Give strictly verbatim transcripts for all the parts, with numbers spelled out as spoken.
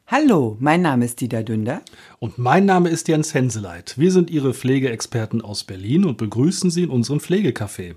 Hallo, mein Name ist Dieter Dünder. Und mein Name ist Jens Henseleit. Wir sind Ihre Pflegeexperten aus Berlin und begrüßen Sie in unserem Pflegecafé.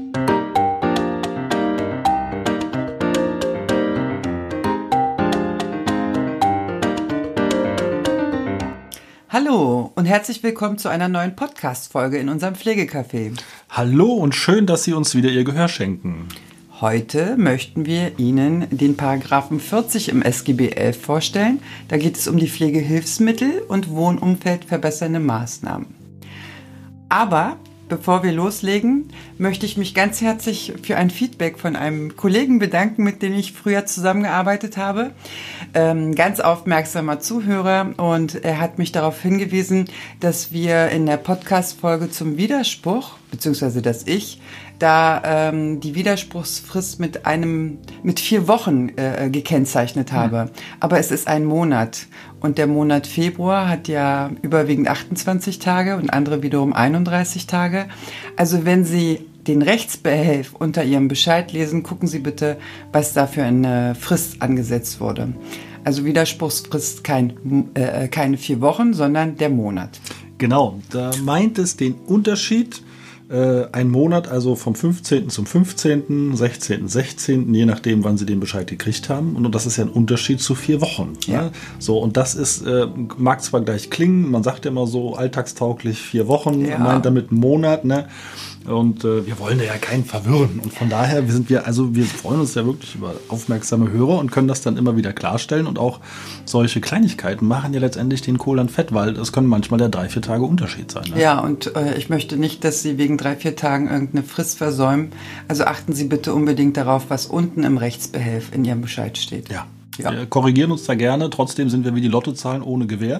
Hallo und herzlich willkommen zu einer neuen Podcast-Folge in unserem Pflegecafé. Hallo und schön, dass Sie uns wieder Ihr Gehör schenken. Heute möchten wir Ihnen den Paragraphen vierzig im S G B elf vorstellen. Da geht es um die Pflegehilfsmittel und wohnumfeldverbessernde Maßnahmen. Aber bevor wir loslegen, möchte ich mich ganz herzlich für ein Feedback von einem Kollegen bedanken, mit dem ich früher zusammengearbeitet habe. Ähm, ganz aufmerksamer Zuhörer, und er hat mich darauf hingewiesen, dass wir in der Podcast-Folge zum Widerspruch, beziehungsweise dass ich da ähm, die Widerspruchsfrist mit einem mit vier Wochen äh, gekennzeichnet habe. Mhm. Aber es ist ein Monat. Und der Monat Februar hat ja überwiegend achtundzwanzig Tage und andere wiederum einunddreißig Tage. Also wenn Sie den Rechtsbehelf unter Ihrem Bescheid lesen, gucken Sie bitte, was da für eine Frist angesetzt wurde. Also Widerspruchsfrist kein, äh, keine vier Wochen, sondern der Monat. Genau, da meint es den Unterschied. Ein Monat, also vom fünfzehnten zum fünfzehnten, sechzehnten, sechzehnten, je nachdem, wann Sie den Bescheid gekriegt haben. Und das ist ja ein Unterschied zu vier Wochen. Ja. Ne? So, und das ist, äh, mag zwar gleich klingen, man sagt ja immer so alltagstauglich vier Wochen, ja. Meint damit einen Monat, ne? Und äh, wir wollen ja keinen verwirren. Und von daher sind wir, also wir freuen uns ja wirklich über aufmerksame Hörer und können das dann immer wieder klarstellen. Und auch solche Kleinigkeiten machen ja letztendlich den Kohl dann fett, weil es können manchmal ja drei, vier Tage Unterschied sein. Ne? Ja, und äh, ich möchte nicht, dass Sie wegen drei, vier Tagen irgendeine Frist versäumen. Also achten Sie bitte unbedingt darauf, was unten im Rechtsbehelf in Ihrem Bescheid steht. Ja. Ja. Wir korrigieren uns da gerne, trotzdem sind wir wie die Lottozahlen ohne Gewähr.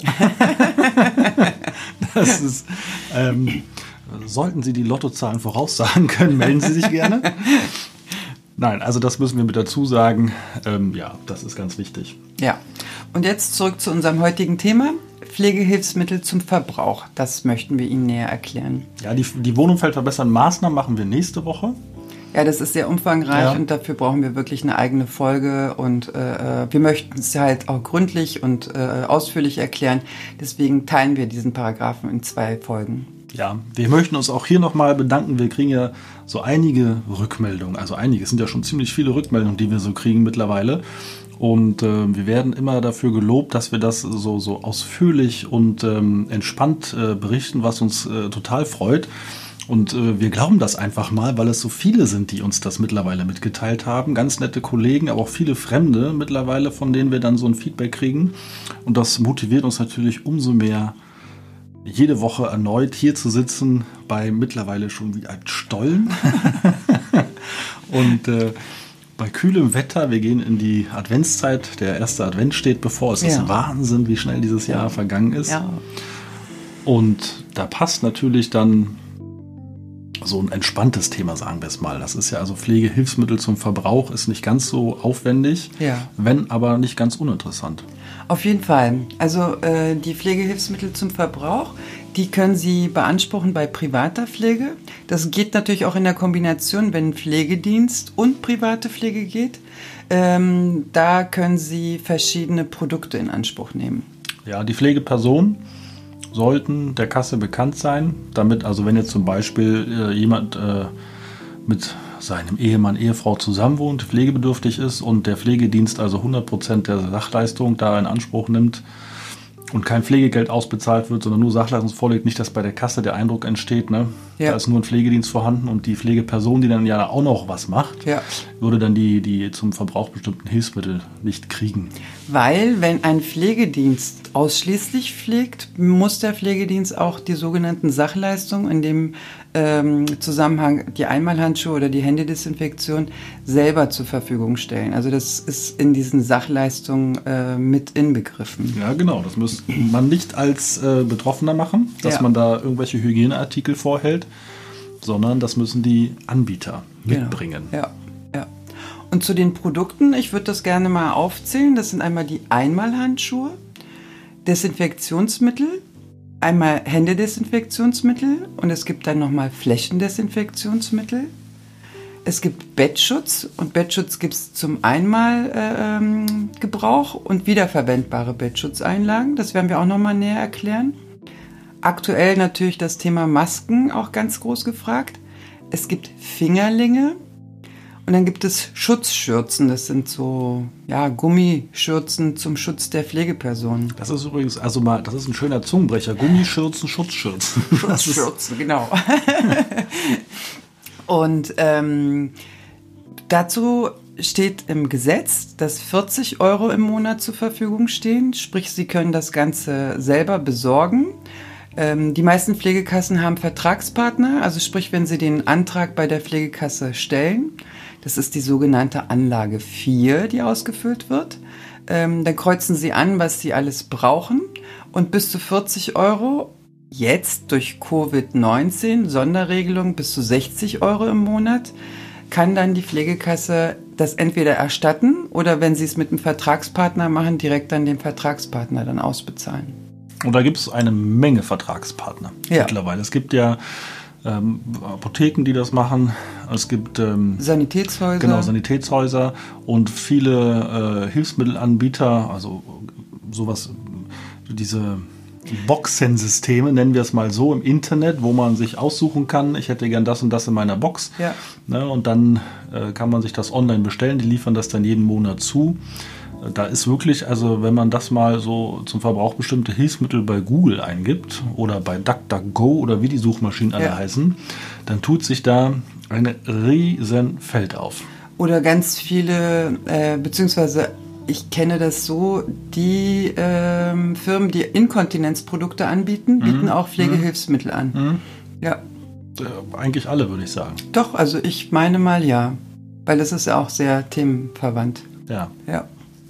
Das ist, ähm, sollten Sie die Lottozahlen voraussagen können, melden Sie sich gerne. Nein, also das müssen wir mit dazu sagen. Ähm, ja, das ist ganz wichtig. Ja, und jetzt zurück zu unserem heutigen Thema. Pflegehilfsmittel zum Verbrauch. Das möchten wir Ihnen näher erklären. Ja, die, die wohnumfeldverbessernden Maßnahmen machen wir nächste Woche. Ja, das ist sehr umfangreich, ja. Und dafür brauchen wir wirklich eine eigene Folge, und äh, wir möchten es halt auch gründlich und äh, ausführlich erklären. Deswegen teilen wir diesen Paragraphen in zwei Folgen. Ja, wir möchten uns auch hier nochmal bedanken. Wir kriegen ja so einige Rückmeldungen, also einige, es sind ja schon ziemlich viele Rückmeldungen, die wir so kriegen mittlerweile. Und äh, wir werden immer dafür gelobt, dass wir das so, so ausführlich und ähm, entspannt äh, berichten, was uns äh, total freut. Und äh, wir glauben das einfach mal, weil es so viele sind, die uns das mittlerweile mitgeteilt haben. Ganz nette Kollegen, aber auch viele Fremde mittlerweile, von denen wir dann so ein Feedback kriegen. Und das motiviert uns natürlich umso mehr, jede Woche erneut hier zu sitzen, bei mittlerweile schon wie ein Stollen. Und äh, bei kühlem Wetter, wir gehen in die Adventszeit, der erste Advent steht bevor. Es ja. ist Wahnsinn, wie schnell dieses Jahr ja. vergangen ist. Ja. Und da passt natürlich dann so ein entspanntes Thema, sagen wir es mal. Das ist ja also Pflegehilfsmittel zum Verbrauch, ist nicht ganz so aufwendig, ja. wenn aber nicht ganz uninteressant. Auf jeden Fall. Also äh, die Pflegehilfsmittel zum Verbrauch, die können Sie beanspruchen bei privater Pflege. Das geht natürlich auch in der Kombination, wenn Pflegedienst und private Pflege geht. Ähm, da können Sie verschiedene Produkte in Anspruch nehmen. Ja, die Pflegeperson sollten der Kasse bekannt sein, damit, also wenn jetzt zum Beispiel äh, jemand äh, mit seinem Ehemann, Ehefrau zusammenwohnt, pflegebedürftig ist und der Pflegedienst also hundert Prozent der Sachleistung da in Anspruch nimmt und kein Pflegegeld ausbezahlt wird, sondern nur Sachleistung vorliegt, nicht, dass bei der Kasse der Eindruck entsteht, ne? Ja. Da ist nur ein Pflegedienst vorhanden und die Pflegeperson, die dann ja auch noch was macht, ja. würde dann die, die zum Verbrauch bestimmten Hilfsmittel nicht kriegen. Weil, wenn ein Pflegedienst ausschließlich pflegt, muss der Pflegedienst auch die sogenannten Sachleistungen, in dem ähm, Zusammenhang die Einmalhandschuhe oder die Händedesinfektion, selber zur Verfügung stellen. Also das ist in diesen Sachleistungen äh, mit inbegriffen. Ja, genau. Das muss man nicht als äh, Betroffener machen, dass ja. man da irgendwelche Hygieneartikel vorhält, sondern das müssen die Anbieter mitbringen. Genau. Ja, ja. Und zu den Produkten, ich würde das gerne mal aufzählen. Das sind einmal die Einmalhandschuhe, Desinfektionsmittel, einmal Händedesinfektionsmittel und es gibt dann nochmal Flächendesinfektionsmittel. Es gibt Bettschutz und Bettschutz gibt es zum Einmalgebrauch äh, und wiederverwendbare Bettschutzeinlagen. Das werden wir auch nochmal näher erklären. Aktuell natürlich das Thema Masken auch ganz groß gefragt. Es gibt Fingerlinge und dann gibt es Schutzschürzen. Das sind so ja, Gummischürzen zum Schutz der Pflegepersonen. Das ist übrigens, also mal, das ist ein schöner Zungenbrecher. Gummischürzen, Schutzschürzen. Schutzschürzen, genau. Und ähm, dazu steht im Gesetz, dass vierzig Euro im Monat zur Verfügung stehen. Sprich, Sie können das Ganze selber besorgen. Ähm, die meisten Pflegekassen haben Vertragspartner. Also sprich, wenn Sie den Antrag bei der Pflegekasse stellen, das ist die sogenannte Anlage vier, die ausgefüllt wird, ähm, dann kreuzen Sie an, was Sie alles brauchen. Und bis zu vierzig Euro jetzt durch Covid neunzehn, Sonderregelung bis zu sechzig Euro im Monat, kann dann die Pflegekasse das entweder erstatten oder, wenn sie es mit einem Vertragspartner machen, direkt an den Vertragspartner dann ausbezahlen. Und da gibt es eine Menge Vertragspartner ja. mittlerweile. Es gibt ja ähm, Apotheken, die das machen. Es gibt ähm, Sanitätshäuser. Genau, Sanitätshäuser und viele äh, Hilfsmittelanbieter, also sowas, diese Boxensysteme, nennen wir es mal so, im Internet, wo man sich aussuchen kann, ich hätte gern das und das in meiner Box. Ja. Ne, und dann äh, kann man sich das online bestellen, die liefern das dann jeden Monat zu. Da ist wirklich, also wenn man das mal so zum Verbrauch bestimmte Hilfsmittel bei Google eingibt oder bei DuckDuckGo oder wie die Suchmaschinen alle ja. heißen, dann tut sich da ein riesen Feld auf. Oder ganz viele, äh, beziehungsweise ich kenne das so, die ähm, Firmen, die Inkontinenzprodukte anbieten, bieten mhm. auch Pflegehilfsmittel an. Mhm. Ja. Äh, eigentlich alle, würde ich sagen. Doch, also ich meine mal ja, weil das ist ja auch sehr themenverwandt. Ja. Ja.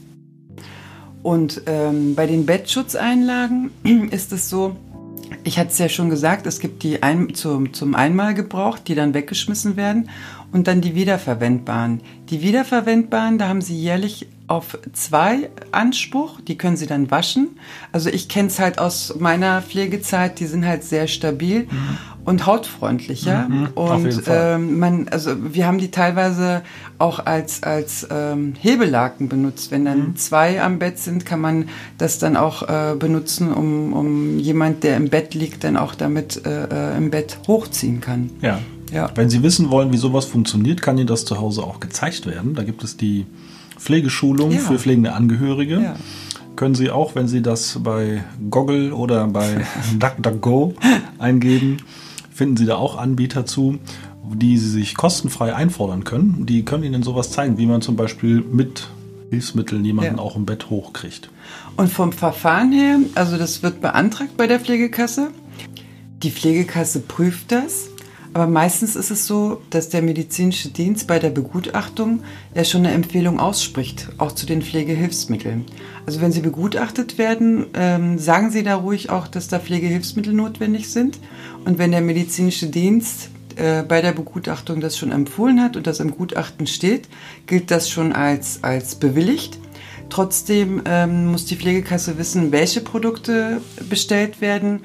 Und ähm, bei den Bettschutzeinlagen ist es so, ich hatte es ja schon gesagt, es gibt die ein, zum, zum Einmalgebrauch, die dann weggeschmissen werden, und dann die wiederverwendbaren. Die wiederverwendbaren, da haben Sie jährlich auf zwei Anspruch, die können Sie dann waschen. Also ich kenne es halt aus meiner Pflegezeit, die sind halt sehr stabil mhm. und hautfreundlicher. Mhm, und ähm, man, also wir haben die teilweise auch als, als ähm, Hebellaken benutzt. Wenn dann mhm. zwei am Bett sind, kann man das dann auch äh, benutzen, um, um jemand, der im Bett liegt, dann auch damit äh, im Bett hochziehen kann. Ja. Ja. Wenn Sie wissen wollen, wie sowas funktioniert, kann Ihnen das zu Hause auch gezeigt werden. Da gibt es die Pflegeschulung ja. für pflegende Angehörige. Ja. Können Sie auch, wenn Sie das bei Goggle oder bei DuckDuckGo eingeben, finden Sie da auch Anbieter zu, die Sie sich kostenfrei einfordern können. Die können Ihnen sowas zeigen, wie man zum Beispiel mit Hilfsmitteln jemanden ja. auch im Bett hochkriegt. Und vom Verfahren her, also das wird beantragt bei der Pflegekasse. Die Pflegekasse prüft das. Aber meistens ist es so, dass der medizinische Dienst bei der Begutachtung ja schon eine Empfehlung ausspricht, auch zu den Pflegehilfsmitteln. Also wenn Sie begutachtet werden, ähm, sagen Sie da ruhig auch, dass da Pflegehilfsmittel notwendig sind. Und wenn der medizinische Dienst äh, bei der Begutachtung das schon empfohlen hat und das im Gutachten steht, gilt das schon als, als bewilligt. Trotzdem ähm, muss die Pflegekasse wissen, welche Produkte bestellt werden,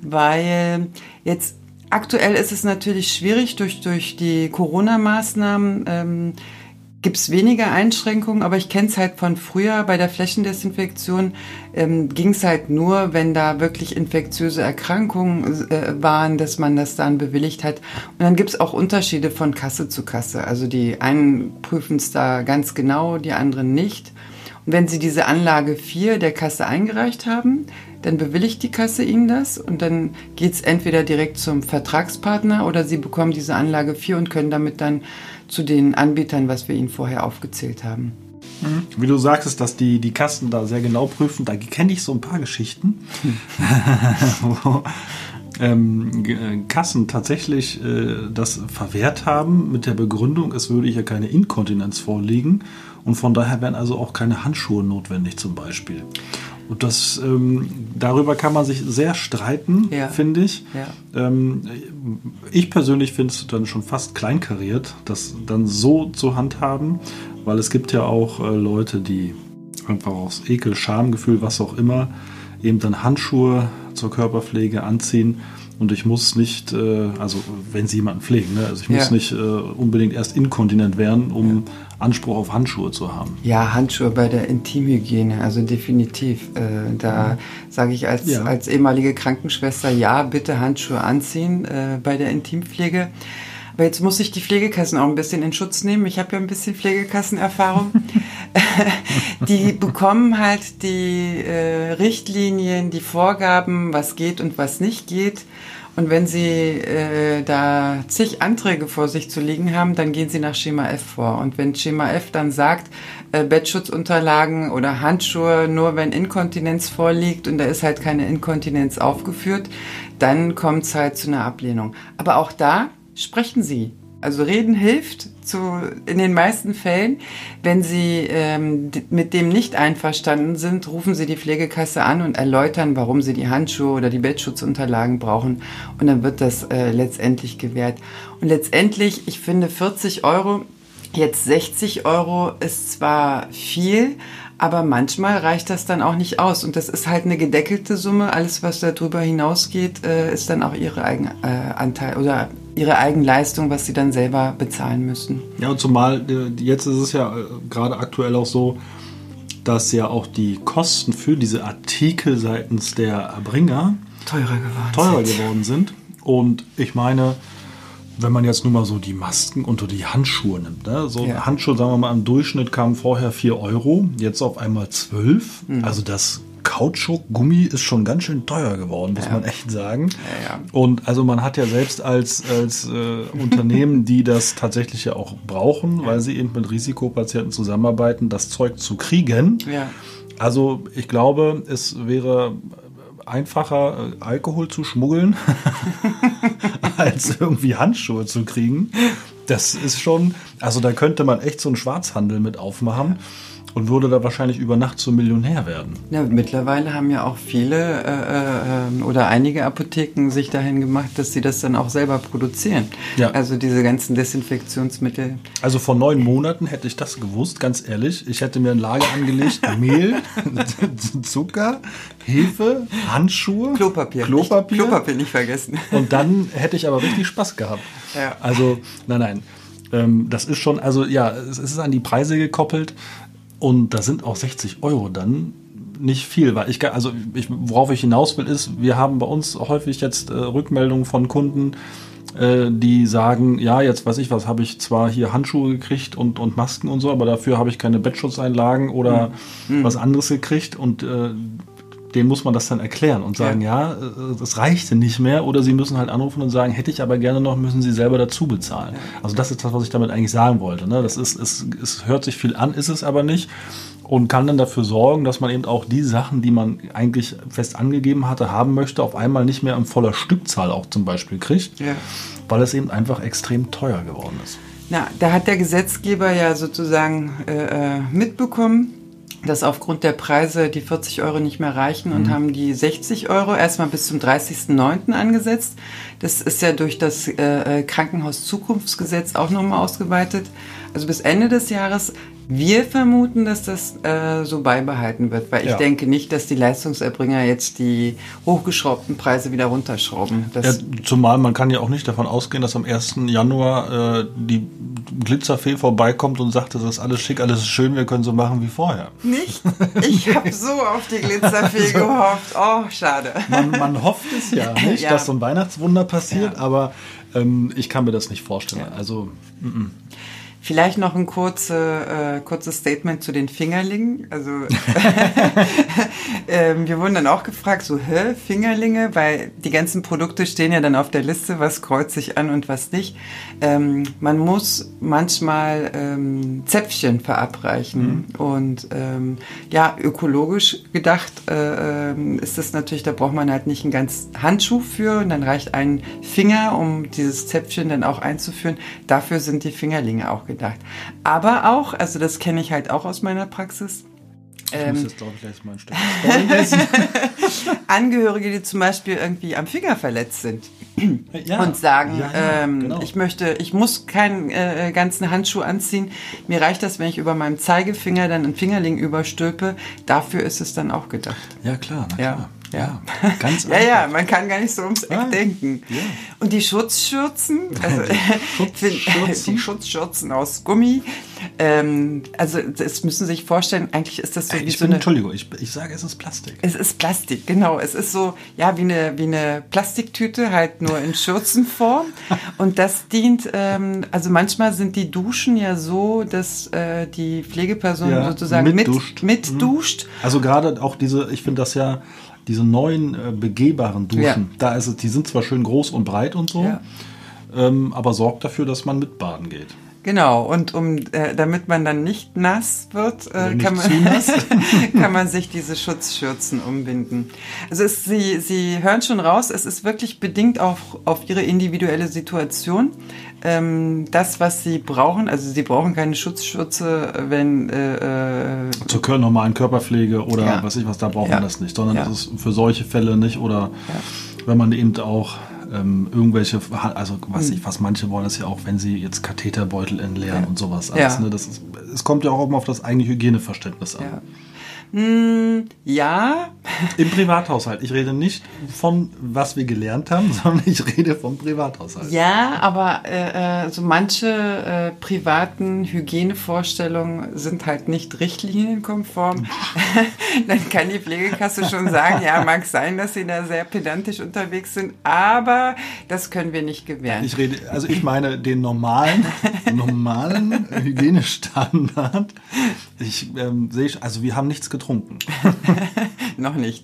weil jetzt aktuell ist es natürlich schwierig, durch, durch die Corona-Maßnahmen ähm, gibt es weniger Einschränkungen, aber ich kenne es halt von früher, bei der Flächendesinfektion ähm, ging es halt nur, wenn da wirklich infektiöse Erkrankungen äh, waren, dass man das dann bewilligt hat. Und dann gibt es auch Unterschiede von Kasse zu Kasse. Also die einen prüfen es da ganz genau, die anderen nicht. Und wenn Sie diese Anlage vier der Kasse eingereicht haben, dann bewilligt die Kasse Ihnen das und dann geht es entweder direkt zum Vertragspartner oder Sie bekommen diese Anlage vier und können damit dann zu den Anbietern, was wir Ihnen vorher aufgezählt haben. Wie du sagst, dass die, die Kassen da sehr genau prüfen, da kenne ich so ein paar Geschichten, wo ähm, Kassen tatsächlich äh, das verwehrt haben mit der Begründung, es würde hier keine Inkontinenz vorliegen und von daher wären also auch keine Handschuhe notwendig zum Beispiel. Und das, ähm, darüber kann man sich sehr streiten, ja. finde ich. Ja. Ähm, ich persönlich finde es dann schon fast kleinkariert, das dann so zu handhaben, weil es gibt ja auch äh, Leute, die einfach aus Ekel, Schamgefühl, was auch immer, eben dann Handschuhe zur Körperpflege anziehen und ich muss nicht, äh, also wenn Sie jemanden pflegen, ne? Also ich muss ja. nicht äh, unbedingt erst inkontinent werden, um ja. Anspruch auf Handschuhe zu haben. Ja, Handschuhe bei der Intimhygiene, also definitiv. Äh, da mhm. sage ich als, ja. als ehemalige Krankenschwester, ja, bitte Handschuhe anziehen äh, bei der Intimpflege. Aber jetzt muss ich die Pflegekassen auch ein bisschen in Schutz nehmen. Ich habe ja ein bisschen Pflegekassenerfahrung. Die bekommen halt die äh, Richtlinien, die Vorgaben, was geht und was nicht geht. Und wenn sie äh, da zig Anträge vor sich zu liegen haben, dann gehen sie nach Schema F vor. Und wenn Schema F dann sagt, äh, Bettschutzunterlagen oder Handschuhe nur wenn Inkontinenz vorliegt und da ist halt keine Inkontinenz aufgeführt, dann kommt es halt zu einer Ablehnung. Aber auch da sprechen Sie. Also reden hilft zu, in den meisten Fällen. Wenn Sie ähm, mit dem nicht einverstanden sind, rufen Sie die Pflegekasse an und erläutern, warum Sie die Handschuhe oder die Bettschutzunterlagen brauchen. Und dann wird das äh, letztendlich gewährt. Und letztendlich, ich finde vierzig Euro, jetzt sechzig Euro ist zwar viel, aber manchmal reicht das dann auch nicht aus. Und das ist halt eine gedeckelte Summe. Alles, was darüber hinausgeht, äh, ist dann auch Ihre Eigenanteil äh, oder Ihre Eigenleistung, was Sie dann selber bezahlen müssen. Ja, und zumal äh, jetzt ist es ja äh, gerade aktuell auch so, dass ja auch die Kosten für diese Artikel seitens der Erbringer teurer geworden, teurer sind. geworden sind. Und ich meine, wenn man jetzt nur mal so die Masken und die Handschuhe nimmt, ne? So ja. ein Handschuh, sagen wir mal, im Durchschnitt kam vorher vier Euro, jetzt auf einmal zwölf. Mhm. Also das Kautschuk-Gummi ist schon ganz schön teuer geworden, muss ja. man echt sagen. Ja, ja. Und also man hat ja selbst als, als äh, Unternehmen, die das tatsächlich ja auch brauchen, ja. weil sie eben mit Risikopatienten zusammenarbeiten, das Zeug zu kriegen. Ja. Also ich glaube, es wäre einfacher, Alkohol zu schmuggeln, als irgendwie Handschuhe zu kriegen. Das ist schon, also da könnte man echt so einen Schwarzhandel mit aufmachen. Und würde da wahrscheinlich über Nacht zum Millionär werden. Ja, mittlerweile haben ja auch viele äh, äh, oder einige Apotheken sich dahin gemacht, dass sie das dann auch selber produzieren. Ja. Also diese ganzen Desinfektionsmittel. Also vor neun Monaten hätte ich das gewusst, ganz ehrlich. Ich hätte mir ein Lager angelegt, Mehl, Zucker, Hefe, Handschuhe, Klopapier. Klopapier. Nicht, Klopapier nicht vergessen. Und dann hätte ich aber richtig Spaß gehabt. Ja. Also, nein, nein. Ähm, das ist schon, also ja, es ist an die Preise gekoppelt. Und da sind auch sechzig Euro dann nicht viel, weil ich, also ich, worauf ich hinaus will, ist, wir haben bei uns häufig jetzt äh, Rückmeldungen von Kunden, äh, die sagen, ja, jetzt weiß ich was, habe ich zwar hier Handschuhe gekriegt und, und Masken und so, aber dafür habe ich keine Bettschutzeinlagen oder mhm. was anderes gekriegt und äh, denen muss man das dann erklären und sagen, ja, ja das reichte nicht mehr oder sie müssen halt anrufen und sagen, hätte ich aber gerne noch, müssen sie selber dazu bezahlen. Ja. Also das ist das, was ich damit eigentlich sagen wollte. Ne? Das ist, es, es hört sich viel an, ist es aber nicht und kann dann dafür sorgen, dass man eben auch die Sachen, die man eigentlich fest angegeben hatte, haben möchte, auf einmal nicht mehr in voller Stückzahl auch zum Beispiel kriegt, ja. weil es eben einfach extrem teuer geworden ist. Na, da hat der Gesetzgeber ja sozusagen äh, mitbekommen, dass aufgrund der Preise die vierzig Euro nicht mehr reichen und mhm. haben die sechzig Euro erstmal bis zum dreißigsten neunten angesetzt. Das ist ja durch das äh, Krankenhauszukunftsgesetz auch nochmal ausgeweitet. Also bis Ende des Jahres. Wir vermuten, dass das äh, so beibehalten wird, weil ich ja. denke nicht, dass die Leistungserbringer jetzt die hochgeschraubten Preise wieder runterschrauben. Ja, zumal man kann ja auch nicht davon ausgehen, dass am ersten Januar äh, die Glitzerfee vorbeikommt und sagt, das ist alles schick, alles ist schön, wir können so machen wie vorher. Nicht? Ich habe so auf die Glitzerfee also, gehofft. Oh, schade. Man, man hofft es ja nicht, ja. dass so ein Weihnachtswunder passiert, ja. aber ähm, ich kann mir das nicht vorstellen. Ja. Also, m-m. Vielleicht noch ein kurze, äh, kurzes Statement zu den Fingerlingen. Also äh, wir wurden dann auch gefragt, so, hä, Fingerlinge? Weil die ganzen Produkte stehen ja dann auf der Liste, was kreuzt sich an und was nicht. Ähm, man muss manchmal ähm, Zäpfchen verabreichen. Mhm. Und ähm, ja, ökologisch gedacht äh, ist das natürlich, da braucht man halt nicht einen ganzen Handschuh für. Und dann reicht ein Finger, um dieses Zäpfchen dann auch einzuführen. Dafür sind die Fingerlinge auch gedacht. Aber auch, also das kenne ich halt auch aus meiner Praxis. Ich ähm, muss jetzt, glaube ich, gleich mal ein Stück Story essen. Angehörige, die zum Beispiel irgendwie am Finger verletzt sind ja, und sagen, ja, ja, ähm, genau. ich möchte, ich muss keinen äh, ganzen Handschuh anziehen. Mir reicht das, wenn ich über meinem Zeigefinger dann einen Fingerling überstülpe. Dafür ist es dann auch gedacht. Ja, klar, na ja. klar. Ja, ganz ja, ja, man kann gar nicht so ums Eck ah, denken. Ja. Und die Schutzschürzen, also Schutzschürzen? die Schutzschürzen aus Gummi, ähm, also das müssen Sie sich vorstellen, eigentlich ist das so Äh, wie ich so bin, eine... Entschuldigung, ich, ich sage, es ist Plastik. Es ist Plastik, genau. Es ist so, ja, wie eine, wie eine Plastiktüte, halt nur in Schürzenform. Und das dient, ähm, also manchmal sind die Duschen ja so, dass äh, die Pflegeperson Ja, sozusagen mitduscht. mit, mit Mhm. duscht. Also gerade auch diese, ich finde das ja, diese neuen äh, begehbaren Duschen, Ja. da ist es, die sind zwar schön groß und breit und so, Ja. ähm, aber sorgt dafür, dass man mitbaden geht. Genau, und um, äh, damit man dann nicht nass wird, äh, Oder nicht kann, man, zu nass. kann man sich diese Schutzschürzen umbinden. Also es, Sie, Sie hören schon raus, es ist wirklich bedingt auf, auf Ihre individuelle Situation. Ähm, das, was Sie brauchen, also Sie brauchen keine Schutzschürze, wenn... Äh, Zur kör- normalen Körperpflege oder Ja. was ich was, da braucht Ja. man das nicht, sondern Ja. das ist für solche Fälle nicht oder wenn man eben auch ähm, irgendwelche, also was ich, was manche wollen, ist ja auch, wenn sie jetzt Katheterbeutel entleeren Ja. und sowas alles, Ja. ne, das ist, es kommt ja auch immer auf das eigene Hygieneverständnis an. ja. Hm, ja, Im Privathaushalt. Ich rede nicht von, was wir gelernt haben, sondern ich rede vom Privathaushalt. ja, aber äh, äh, so manche äh, privaten Hygienevorstellungen sind halt nicht richtlinienkonform. Dann kann die Pflegekasse schon sagen, ja, mag sein, dass sie da sehr pedantisch unterwegs sind, aber das können wir nicht gewähren. Ich rede, also ich meine den normalen, normalen Hygienestandard. Ich ähm, sehe, also wir haben nichts getrunken. Noch nicht.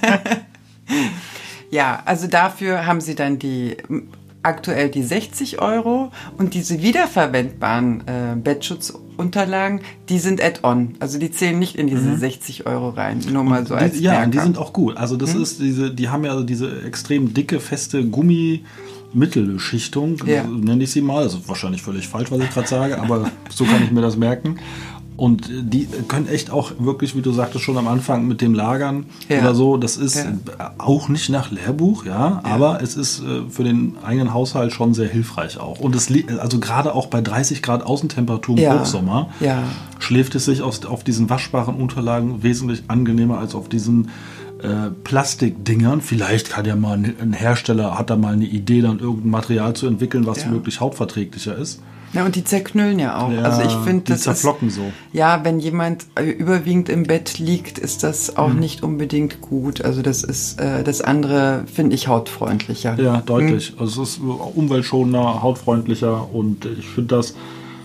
Ja, also dafür haben sie dann die aktuell die sechzig Euro und diese wiederverwendbaren äh, Bettschutzunterlagen, die sind add-on. Also die zählen nicht in diese mhm. sechzig Euro rein. Nur mal so als die, Ja, Merker. und die sind auch gut. Also das mhm. ist diese, die haben ja diese extrem dicke, feste Gummi- Mittelbeschichtung, ja. nenne ich sie mal. Also wahrscheinlich völlig falsch, was ich gerade sage, aber so kann ich mir das merken. Und die können echt auch wirklich, wie du sagtest, schon am Anfang mit dem Lagern ja. oder so, das ist ja. auch nicht nach Lehrbuch, ja, ja. aber es ist äh, für den eigenen Haushalt schon sehr hilfreich auch. Und es also gerade auch bei dreißig Grad Außentemperatur im ja. Hochsommer ja. schläft es sich auf, auf diesen waschbaren Unterlagen wesentlich angenehmer als auf diesen äh, Plastikdingern. Vielleicht kann ja mal ein Hersteller, hat da mal eine Idee, dann irgendein Material zu entwickeln, was ja. möglichst hautverträglicher ist. Ja, und die zerknüllen ja auch. Ja, also ich finde, das die zerflocken ist, so. Ja, wenn jemand überwiegend im Bett liegt, ist das auch mhm. nicht unbedingt gut. Also das ist äh, das andere, finde ich, hautfreundlicher. Ja, deutlich. Mhm. Also es ist umweltschonender, hautfreundlicher und ich finde das,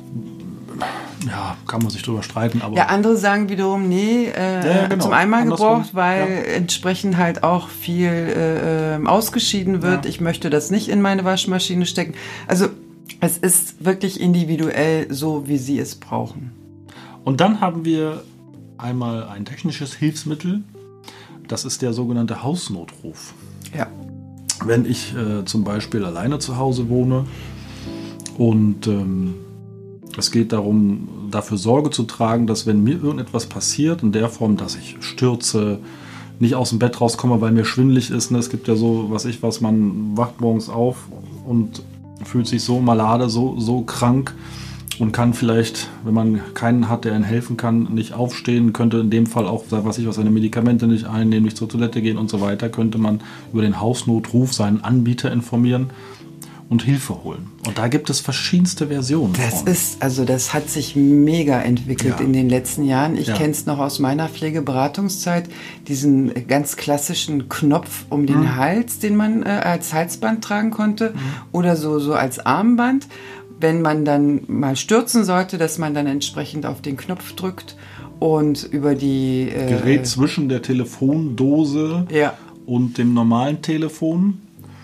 ja, kann man sich drüber streiten, aber... Ja, andere sagen wiederum, nee, äh, ja, ja, genau. zum einmal gebraucht, weil ja. entsprechend halt auch viel äh, ausgeschieden wird. Ja. Ich möchte das nicht in meine Waschmaschine stecken. Also es ist wirklich individuell so, wie Sie es brauchen. Und dann haben wir einmal ein technisches Hilfsmittel. Das ist der sogenannte Hausnotruf. Ja. Wenn ich äh, zum Beispiel alleine zu Hause wohne und ähm, es geht darum, dafür Sorge zu tragen, dass wenn mir irgendetwas passiert, in der Form, dass ich stürze, nicht aus dem Bett rauskomme, weil mir schwindelig ist. Ne? Es gibt ja so, was ich was, man wacht morgens auf und fühlt sich so malade, so, so krank und kann vielleicht, wenn man keinen hat, der ihnen helfen kann, nicht aufstehen, könnte in dem Fall auch, was ich was, seine Medikamente nicht einnehmen, nicht zur Toilette gehen und so weiter, könnte man über den Hausnotruf seinen Anbieter informieren und Hilfe holen. Und da gibt es verschiedenste Versionen. Das von. ist, also das hat sich mega entwickelt ja. in den letzten Jahren. Ich ja. kenne es noch aus meiner Pflegeberatungszeit, diesen ganz klassischen Knopf um den mhm. Hals, den man äh, als Halsband tragen konnte mhm. oder so, so als Armband. Wenn man dann mal stürzen sollte, dass man dann entsprechend auf den Knopf drückt und über die... Äh, Gerät zwischen der Telefondose ja. und dem normalen Telefon.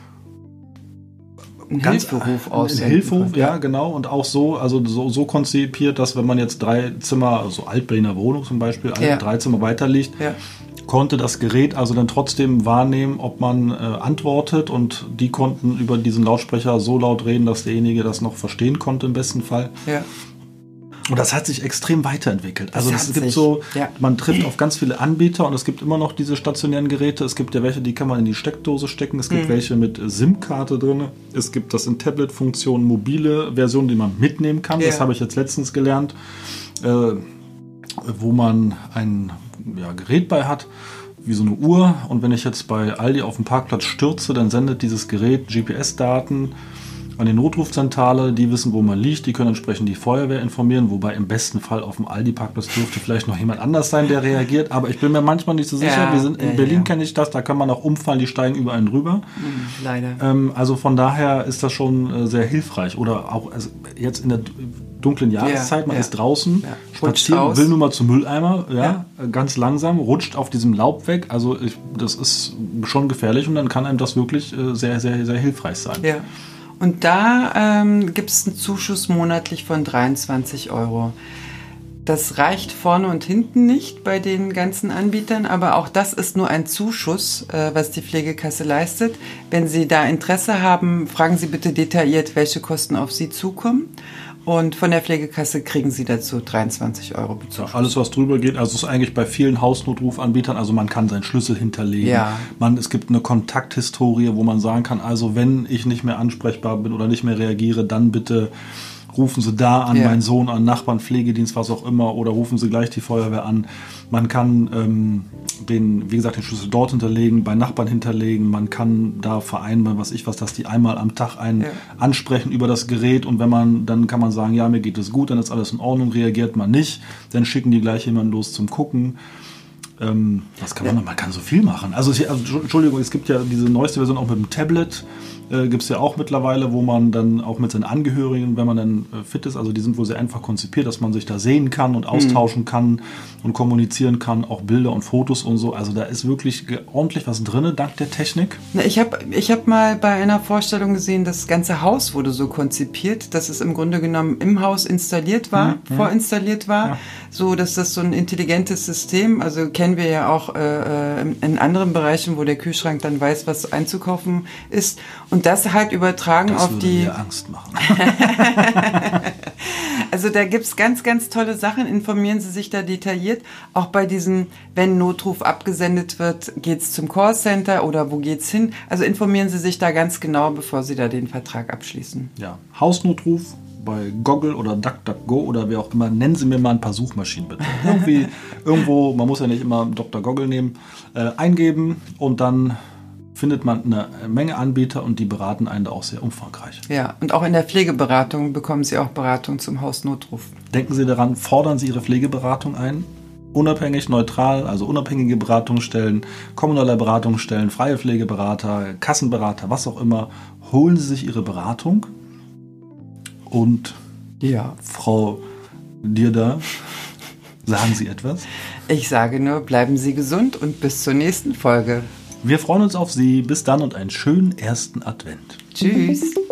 Ein Hilferuf aus. Ein Hilferuf, ja, genau. Und auch so, also so, so konzipiert, dass wenn man jetzt drei Zimmer, also Alt-Berliner Wohnung zum Beispiel, ja. drei Zimmer weiter liegt, ja. konnte das Gerät also dann trotzdem wahrnehmen, ob man äh, antwortet und die konnten über diesen Lautsprecher so laut reden, dass derjenige das noch verstehen konnte im besten Fall. Ja. Und das hat sich extrem weiterentwickelt. Also es gibt sich, so, ja. man trifft auf ganz viele Anbieter und es gibt immer noch diese stationären Geräte. Es gibt ja welche, die kann man in die Steckdose stecken. Es gibt mhm. welche mit SIM-Karte drin. Es gibt das in Tablet-Funktion, mobile Version, die man mitnehmen kann. Ja. Das habe ich jetzt letztens gelernt, äh, wo man ein ja, Gerät bei hat, wie so eine Uhr. Und wenn ich jetzt bei Aldi auf dem Parkplatz stürze, dann sendet dieses Gerät G P S-Daten an die Notrufzentrale. Die wissen, wo man liegt. Die können entsprechend die Feuerwehr informieren. Wobei im besten Fall auf dem Aldi-Parkplatz dürfte vielleicht noch jemand anders sein, der reagiert. Aber ich bin mir manchmal nicht so sicher. Ja, Wir sind in ja, Berlin, ja. kenne ich das. Da kann man auch umfallen. Die steigen über einen drüber. Leider. Ähm, also von daher ist das schon äh, sehr hilfreich. Oder auch also jetzt in der dunklen Jahreszeit, Ja, man ja. ist draußen, Ja. Rutscht spazieren, aus. will nur mal zum Mülleimer, ja, Ja. ganz langsam, rutscht auf diesem Laub weg. Also ich, das ist schon gefährlich und dann kann einem das wirklich äh, sehr, sehr, sehr hilfreich sein. Ja. Und da ähm, gibt es einen Zuschuss monatlich von dreiundzwanzig Euro. Das reicht vorne und hinten nicht bei den ganzen Anbietern, aber auch das ist nur ein Zuschuss, äh, was die Pflegekasse leistet. Wenn Sie da Interesse haben, fragen Sie bitte detailliert, welche Kosten auf Sie zukommen. Und von der Pflegekasse kriegen Sie dazu dreiundzwanzig Euro Bezug. Ja, alles, was drüber geht, also ist eigentlich bei vielen Hausnotrufanbietern, also man kann seinen Schlüssel hinterlegen. Ja. Man, es gibt eine Kontakthistorie, wo man sagen kann, also wenn ich nicht mehr ansprechbar bin oder nicht mehr reagiere, dann bitte rufen Sie da an, Ja. meinen Sohn an, Nachbarn, Pflegedienst, was auch immer, oder rufen Sie gleich die Feuerwehr an. Man kann ähm, den, wie gesagt, den Schlüssel dort hinterlegen, bei Nachbarn hinterlegen. Man kann da vereinbaren, was ich was, dass die einmal am Tag einen Ja. ansprechen über das Gerät und wenn man, dann kann man sagen, ja, mir geht es gut, dann ist alles in Ordnung, reagiert man nicht, dann schicken die gleich jemanden los zum Gucken. Ähm, was kann man noch? Man kann so viel machen. Also, es- also Entschuldigung, es gibt ja diese neueste Version auch mit dem Tablet, äh, gibt es ja auch mittlerweile, wo man dann auch mit seinen Angehörigen, wenn man dann äh, fit ist, also die sind wohl sehr einfach konzipiert, dass man sich da sehen kann und austauschen kann und kommunizieren kann, auch Bilder und Fotos und so. Also da ist wirklich ge- ordentlich was drin, dank der Technik. Na, Ich habe ich hab mal bei einer Vorstellung gesehen, das ganze Haus wurde so konzipiert, dass es im Grunde genommen im Haus installiert war, vorinstalliert war, Ja. so dass das so ein intelligentes System, also kennen wir ja auch äh, in- in anderen Bereichen, wo der Kühlschrank dann weiß, was einzukaufen ist und das halt übertragen Das auf würde die... mir Angst machen. Also da gibt's ganz, ganz tolle Sachen. Informieren Sie sich da detailliert. Auch bei diesem, wenn Notruf abgesendet wird, geht's zum Callcenter oder wo geht's hin? Also informieren Sie sich da ganz genau, bevor Sie da den Vertrag abschließen. Ja, Hausnotruf bei Goggle oder DuckDuckGo oder wer auch immer, nennen Sie mir mal ein paar Suchmaschinen bitte. Irgendwie, irgendwo, man muss ja nicht immer Doktor Goggle nehmen, äh, eingeben und dann findet man eine Menge Anbieter und die beraten einen da auch sehr umfangreich. Ja, und auch in der Pflegeberatung bekommen Sie auch Beratung zum Hausnotruf. Denken Sie daran, fordern Sie Ihre Pflegeberatung ein. Unabhängig, neutral, also unabhängige Beratungsstellen, kommunale Beratungsstellen, freie Pflegeberater, Kassenberater, was auch immer. Holen Sie sich Ihre Beratung und Ja. Frau Dierda, sagen Sie etwas? Ich sage nur, bleiben Sie gesund und bis zur nächsten Folge. Wir freuen uns auf Sie. Bis dann und einen schönen ersten Advent. Tschüss.